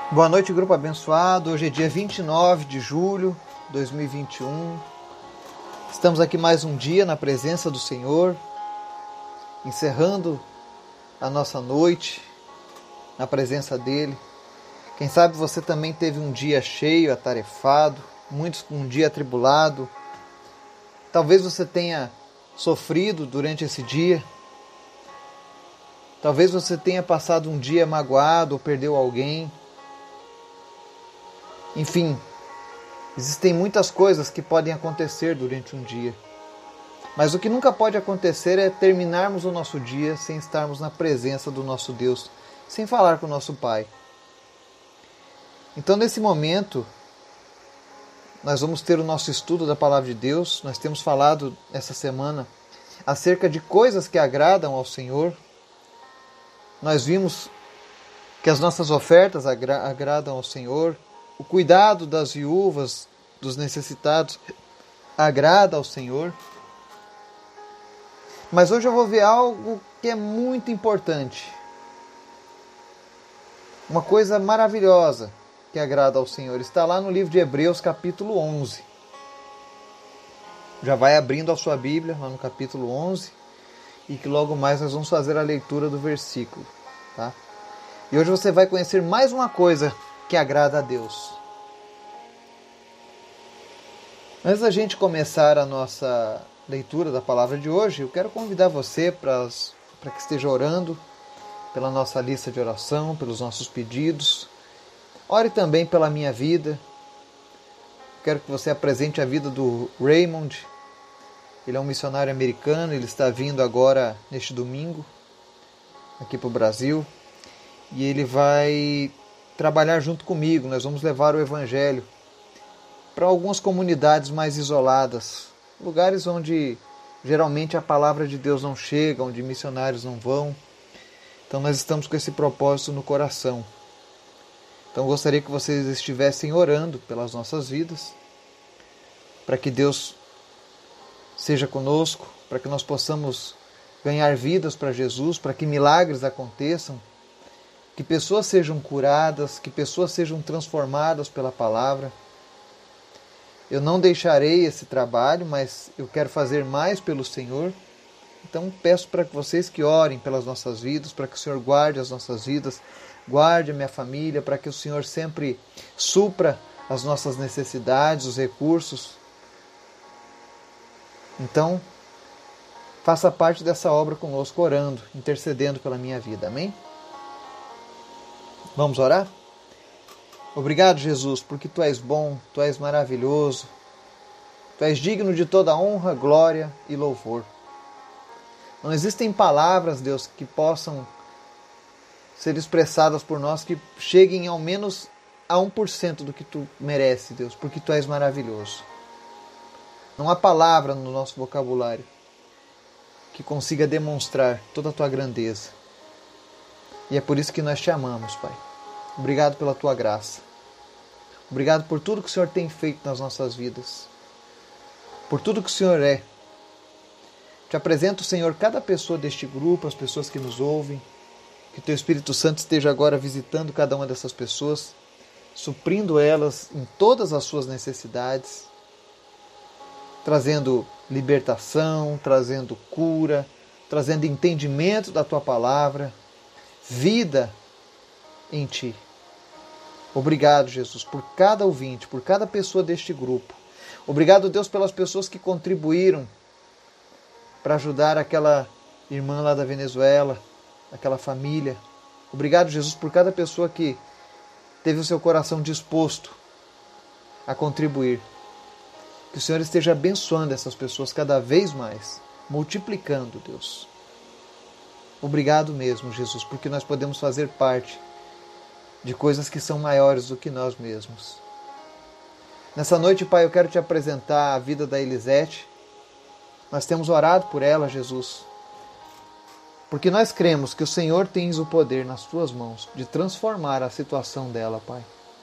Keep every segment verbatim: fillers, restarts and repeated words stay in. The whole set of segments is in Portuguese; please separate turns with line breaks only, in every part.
Boa noite, grupo abençoado. Hoje é dia vinte e nove de julho de dois mil e vinte e um. Estamos aqui mais um dia na presença do Senhor, encerrando a nossa noite na presença dEle. Quem sabe você também teve um dia cheio, atarefado, muitos com um dia atribulado. Talvez você tenha sofrido durante esse dia. Talvez você tenha passado um dia magoado ou perdeu alguém. Enfim, existem muitas coisas que podem acontecer durante um dia. Mas o que nunca pode acontecer é terminarmos o nosso dia sem estarmos na presença do nosso Deus, sem falar com o nosso Pai. Então, nesse momento, nós vamos ter o nosso estudo da Palavra de Deus. Nós temos falado essa semana acerca de coisas que agradam ao Senhor. Nós vimos que as nossas ofertas agra- agradam ao Senhor. O cuidado das viúvas, dos necessitados, agrada ao Senhor. Mas hoje eu vou ver algo que é muito importante. Uma coisa maravilhosa que agrada ao Senhor. Está lá no livro de Hebreus, capítulo onze. Já vai abrindo a sua Bíblia, lá no capítulo onze. E que logo mais nós vamos fazer a leitura do versículo. Tá? E hoje você vai conhecer mais uma coisa que agrada a Deus. Antes da gente começar a nossa leitura da palavra de hoje, eu quero convidar você para, para que esteja orando pela nossa lista de oração, pelos nossos pedidos. Ore também pela minha vida. Quero que você apresente a vida do Raymond. Ele é um missionário americano, ele está vindo agora neste domingo aqui para o Brasil. E ele vai trabalhar junto comigo. Nós vamos levar o Evangelho para algumas comunidades mais isoladas, lugares onde geralmente a palavra de Deus não chega, onde missionários não vão. Então nós estamos com esse propósito no coração. Então eu gostaria que vocês estivessem orando pelas nossas vidas, para que Deus seja conosco, para que nós possamos ganhar vidas para Jesus, para que milagres aconteçam, que pessoas sejam curadas, que pessoas sejam transformadas pela palavra. Eu não deixarei esse trabalho, mas eu quero fazer mais pelo Senhor. Então peço para que vocês que orem pelas nossas vidas, para que o Senhor guarde as nossas vidas, guarde a minha família, para que o Senhor sempre supra as nossas necessidades, os recursos. Então, faça parte dessa obra conosco, orando, intercedendo pela minha vida. Amém? Vamos orar? Obrigado, Jesus, porque Tu és bom, Tu és maravilhoso, Tu és digno de toda honra, glória e louvor. Não existem palavras, Deus, que possam ser expressadas por nós que cheguem ao menos a um por cento do que Tu merece, Deus, porque Tu és maravilhoso. Não há palavra no nosso vocabulário que consiga demonstrar toda a Tua grandeza. E é por isso que nós Te amamos, Pai. Obrigado pela Tua graça. Obrigado por tudo que o Senhor tem feito nas nossas vidas. Por tudo que o Senhor é. Te apresento, Senhor, cada pessoa deste grupo, as pessoas que nos ouvem. Que Teu Espírito Santo esteja agora visitando cada uma dessas pessoas, suprindo elas em todas as suas necessidades, trazendo libertação, trazendo cura, trazendo entendimento da Tua palavra, vida em Ti. Obrigado, Jesus, por cada ouvinte, por cada pessoa deste grupo. Obrigado, Deus, pelas pessoas que contribuíram para ajudar aquela irmã lá da Venezuela, aquela família. Obrigado, Jesus, por cada pessoa que teve o seu coração disposto a contribuir. Que o Senhor esteja abençoando essas pessoas cada vez mais, multiplicando, Deus. Obrigado mesmo, Jesus, porque nós podemos fazer parte de coisas que são maiores do que nós mesmos. Nessa noite, Pai, eu quero Te apresentar a vida da Elisete. Nós temos orado por ela, Jesus, porque nós cremos que o Senhor tem o poder nas Tuas mãos de transformar a situação dela, Pai.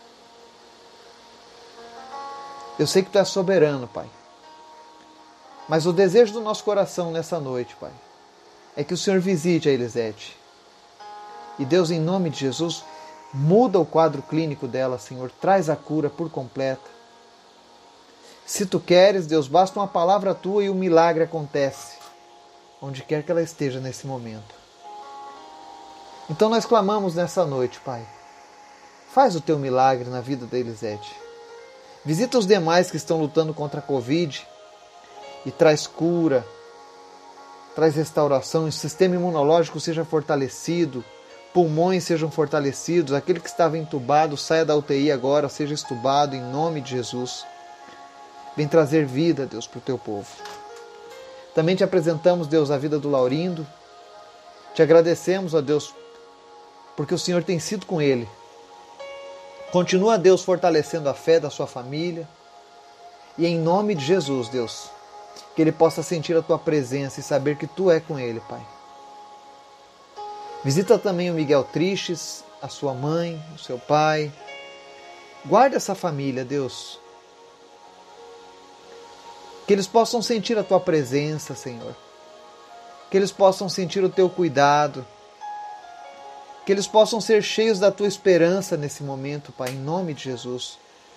Eu sei que Tu és soberano, Pai, mas o desejo do nosso coração nessa noite, Pai, é que o Senhor visite a Elisete. E Deus, em nome de Jesus, Muda o quadro clínico dela, Senhor. Traz a cura por completa. Se tu queres, Deus, basta uma palavra tua e o milagre acontece, onde quer que ela esteja nesse momento. Então nós clamamos nessa noite, Pai. Faz o teu milagre na vida da Elisete. Visita os demais que estão lutando contra a Covid e traz cura, traz restauração, o sistema imunológico seja fortalecido, pulmões sejam fortalecidos, aquele que estava entubado saia da U T I agora, seja estubado em nome de Jesus. Vem trazer vida, Deus, para o teu povo. Também te apresentamos, Deus, a vida do Laurindo. Te agradecemos, ó Deus, porque o Senhor tem sido com ele. Continua, Deus, fortalecendo a fé da sua família. E em nome de Jesus, Deus, que ele possa sentir a tua presença e saber que tu é com ele, Pai. Visita também o Miguel Tristes, a sua mãe, o seu pai. Guarda essa família, Deus. Que eles possam sentir a tua presença, Senhor. Que eles possam sentir o teu cuidado. Que eles possam ser cheios da tua esperança nesse momento, Pai, em nome de Jesus.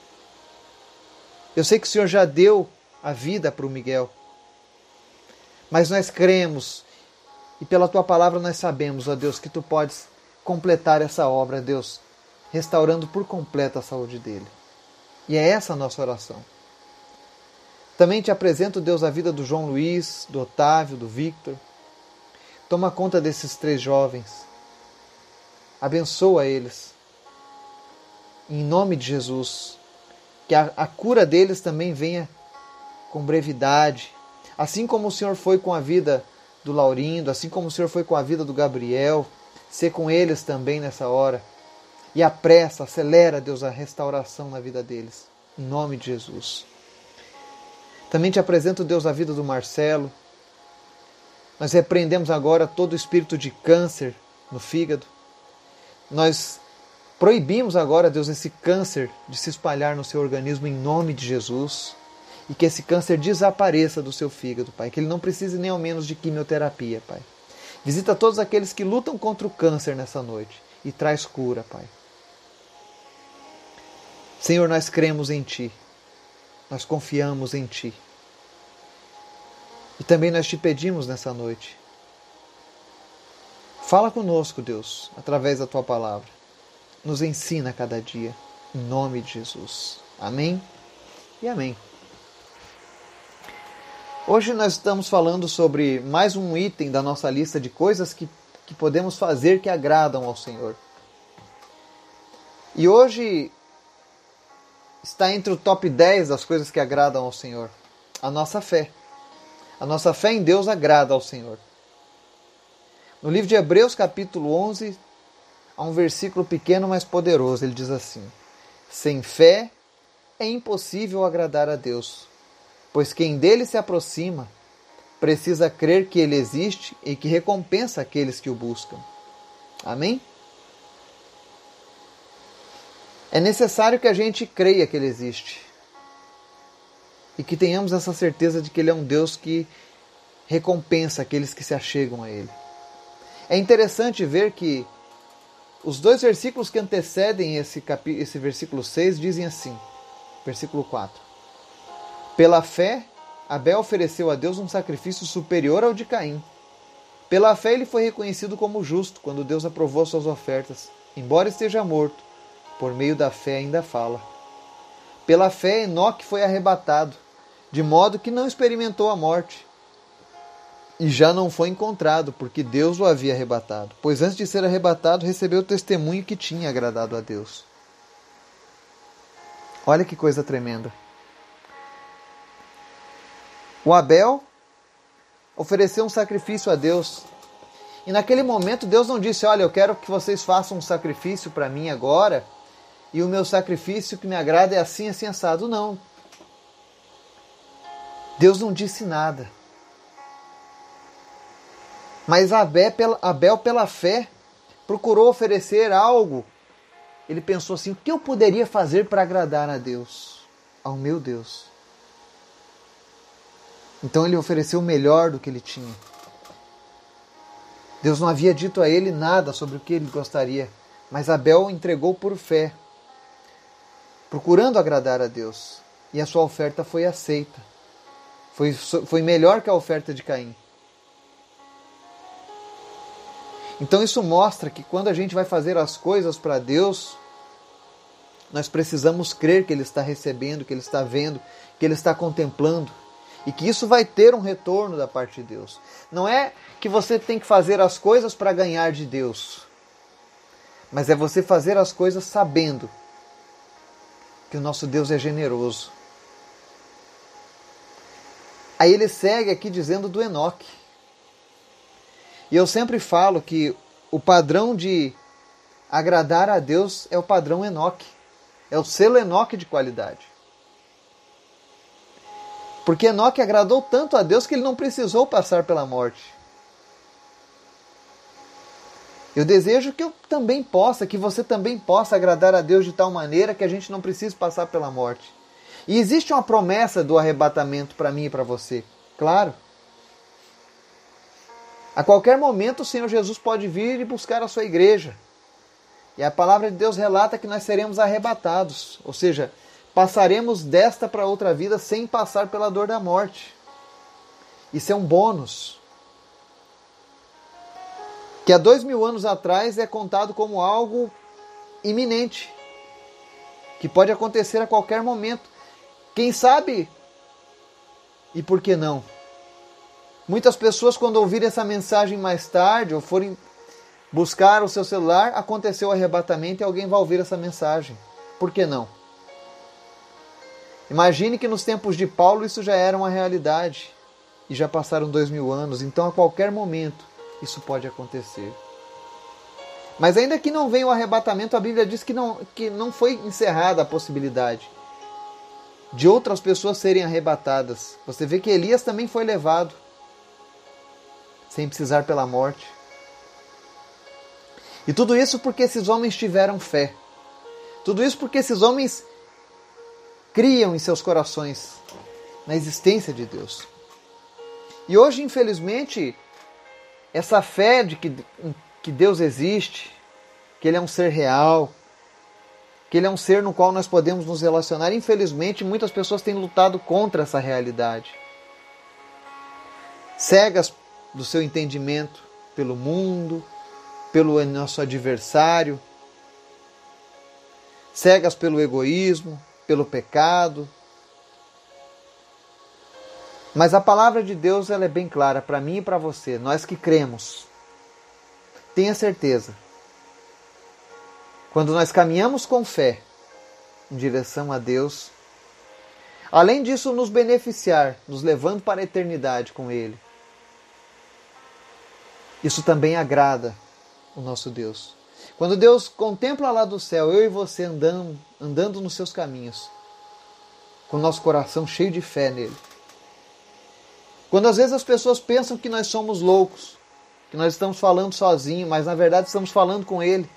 Eu sei que o Senhor já deu a vida para o Miguel. Mas nós cremos e pela tua palavra nós sabemos, ó Deus, que tu podes completar essa obra, Deus, restaurando por completo a saúde dele. E é essa a nossa oração. Também te apresento, Deus, a vida do João Luiz, do Otávio, do Victor. Toma conta desses três jovens. Abençoa eles. Em nome de Jesus. Que a, a cura deles também venha com brevidade. Assim como o Senhor foi com a vida do Laurindo, assim como o Senhor foi com a vida do Gabriel, ser com eles também nessa hora. E apressa, acelera, Deus, a restauração na vida deles. Em nome de Jesus. Também te apresento, Deus, a vida do Marcelo. Nós repreendemos agora todo o espírito de câncer no fígado. Nós proibimos agora, Deus, esse câncer de se espalhar no seu organismo em nome de Jesus. E que esse câncer desapareça do seu fígado, Pai. Que ele não precise nem ao menos de quimioterapia, Pai. Visita todos aqueles que lutam contra o câncer nessa noite e traz cura, Pai. Senhor, nós cremos em Ti. Nós confiamos em Ti. E também nós te pedimos nessa noite. Fala conosco, Deus, através da Tua palavra. Nos ensina a cada dia, em nome de Jesus. Amém e amém. Hoje nós estamos falando sobre mais um item da nossa lista de coisas que, que podemos fazer que agradam ao Senhor. E hoje está entre o top dez das coisas que agradam ao Senhor. A nossa fé. A nossa fé em Deus agrada ao Senhor. No livro de Hebreus, capítulo onze, há um versículo pequeno, mas poderoso. Ele diz assim: sem fé é impossível agradar a Deus, pois quem dele se aproxima precisa crer que ele existe e que recompensa aqueles que o buscam. Amém? É necessário que a gente creia que ele existe e que tenhamos essa certeza de que ele é um Deus que recompensa aqueles que se achegam a ele. É interessante ver que os dois versículos que antecedem esse, capi... esse versículo seis dizem assim, versículo quatro. Pela fé, Abel ofereceu a Deus um sacrifício superior ao de Caim. Pela fé ele foi reconhecido como justo quando Deus aprovou suas ofertas. Embora esteja morto, por meio da fé ainda fala. Pela fé Enoque foi arrebatado, de modo que não experimentou a morte. E já não foi encontrado, porque Deus o havia arrebatado. Pois antes de ser arrebatado, recebeu o testemunho que tinha agradado a Deus. Olha que coisa tremenda. O Abel ofereceu um sacrifício a Deus. E naquele momento Deus não disse, olha, eu quero que vocês façam um sacrifício para mim agora, e o meu sacrifício que me agrada é assim, assim, assado. Não. Deus não disse nada. Mas Abel pela, Abel, pela fé, procurou oferecer algo. Ele pensou assim, o que eu poderia fazer para agradar a Deus? Ao meu Deus. Então ele ofereceu o melhor do que ele tinha. Deus não havia dito a ele nada sobre o que ele gostaria Mas Abel entregou por fé, procurando agradar a Deus. E a sua oferta foi aceita. Foi, foi melhor que a oferta de Caim. Então isso mostra que quando a gente vai fazer as coisas para Deus, nós precisamos crer que Ele está recebendo, que Ele está vendo, que Ele está contemplando. E que isso vai ter um retorno da parte de Deus. Não é que você tem que fazer as coisas para ganhar de Deus. Mas é você fazer as coisas sabendo que o nosso Deus é generoso. Aí ele segue aqui dizendo do Enoque. E eu sempre falo que o padrão de agradar a Deus é o padrão Enoque. É o selo Enoque de qualidade. Porque Enoque agradou tanto a Deus que ele não precisou passar pela morte. Eu desejo que eu também possa, que você também possa agradar a Deus de tal maneira que a gente não precise passar pela morte. E existe uma promessa do arrebatamento para mim e para você. Claro. A qualquer momento o Senhor Jesus pode vir e buscar a sua igreja. E a palavra de Deus relata que nós seremos arrebatados. Ou seja, passaremos desta para outra vida sem passar pela dor da morte. Isso é um bônus. Que há dois mil anos atrás é contado como algo iminente. Que pode acontecer a qualquer momento. Quem sabe? E por que não? Muitas pessoas, quando ouvirem essa mensagem mais tarde, ou forem buscar o seu celular, aconteceu o arrebatamento e alguém vai ouvir essa mensagem. Por que não? Imagine que nos tempos de Paulo isso já era uma realidade. E já passaram dois mil anos, então a qualquer momento isso pode acontecer. Mas ainda que não venha o arrebatamento, a Bíblia diz que não, que não foi encerrada a possibilidade de outras pessoas serem arrebatadas. Você vê que Elias também foi levado, sem precisar pela morte. E tudo isso porque esses homens tiveram fé. Tudo isso porque esses homens criam em seus corações na existência de Deus. E hoje, infelizmente, essa fé de que, que Deus existe, que Ele é um ser real, que Ele é um ser no qual nós podemos nos relacionar, infelizmente, muitas pessoas têm lutado contra essa realidade. Cegas do seu entendimento pelo mundo, pelo nosso adversário, cegas pelo egoísmo, pelo pecado. Mas a palavra de Deus ela é bem clara para mim e para você, nós que cremos. Tenha certeza. Quando nós caminhamos com fé em direção a Deus, além disso nos beneficiar, nos levando para a eternidade com Ele, isso também agrada o nosso Deus. Quando Deus contempla lá do céu, eu e você andando, andando nos seus caminhos, com o nosso coração cheio de fé nele. Quando às vezes as pessoas pensam que nós somos loucos, que nós estamos falando sozinhos, mas na verdade estamos falando com Ele.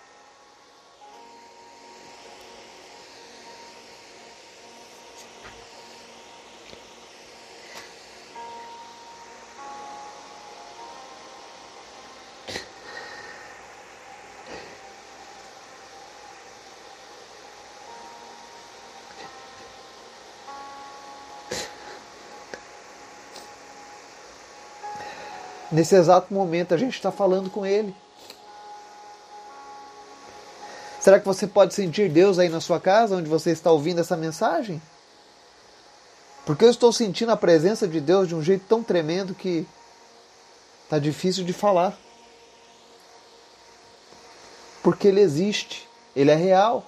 Nesse exato momento a gente está falando com Ele. Será que você pode sentir Deus aí na sua casa, onde você está ouvindo essa mensagem? Porque eu estou sentindo a presença de Deus de um jeito tão tremendo que está difícil de falar. Porque Ele existe, Ele é real.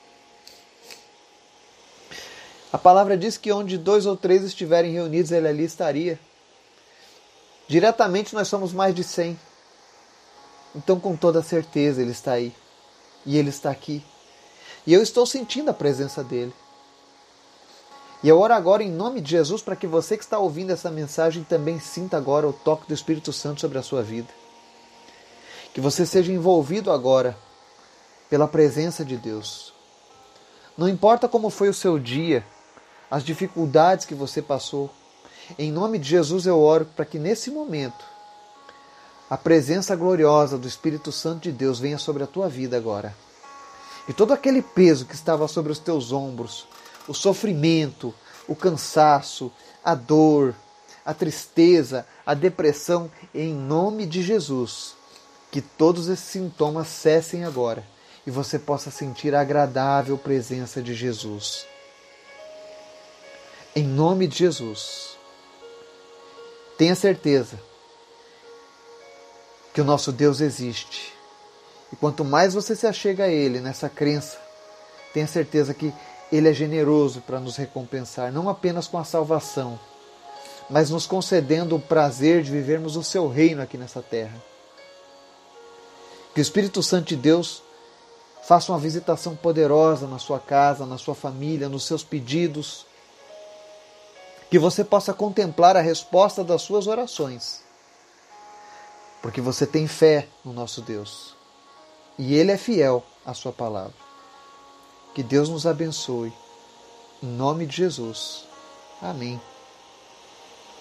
A palavra diz que onde dois ou três estiverem reunidos, Ele ali estaria. Diretamente nós somos mais de cem. Então com toda certeza Ele está aí. E Ele está aqui. E eu estou sentindo a presença dEle. E eu oro agora em nome de Jesus para que você que está ouvindo essa mensagem também sinta agora o toque do Espírito Santo sobre a sua vida. Que você seja envolvido agora pela presença de Deus. Não importa como foi o seu dia, as dificuldades que você passou, em nome de Jesus eu oro para que nesse momento a presença gloriosa do Espírito Santo de Deus venha sobre a tua vida agora. E todo aquele peso que estava sobre os teus ombros, o sofrimento, o cansaço, a dor, a tristeza, a depressão, em nome de Jesus, que todos esses sintomas cessem agora e você possa sentir a agradável presença de Jesus. Em nome de Jesus, tenha certeza que o nosso Deus existe. E quanto mais você se achega a Ele nessa crença, tenha certeza que Ele é generoso para nos recompensar, não apenas com a salvação, mas nos concedendo o prazer de vivermos o seu reino aqui nessa terra. Que o Espírito Santo de Deus faça uma visitação poderosa na sua casa, na sua família, nos seus pedidos. Que você possa contemplar a resposta das suas orações. Porque você tem fé no nosso Deus. E Ele é fiel à sua palavra. Que Deus nos abençoe. Em nome de Jesus. Amém.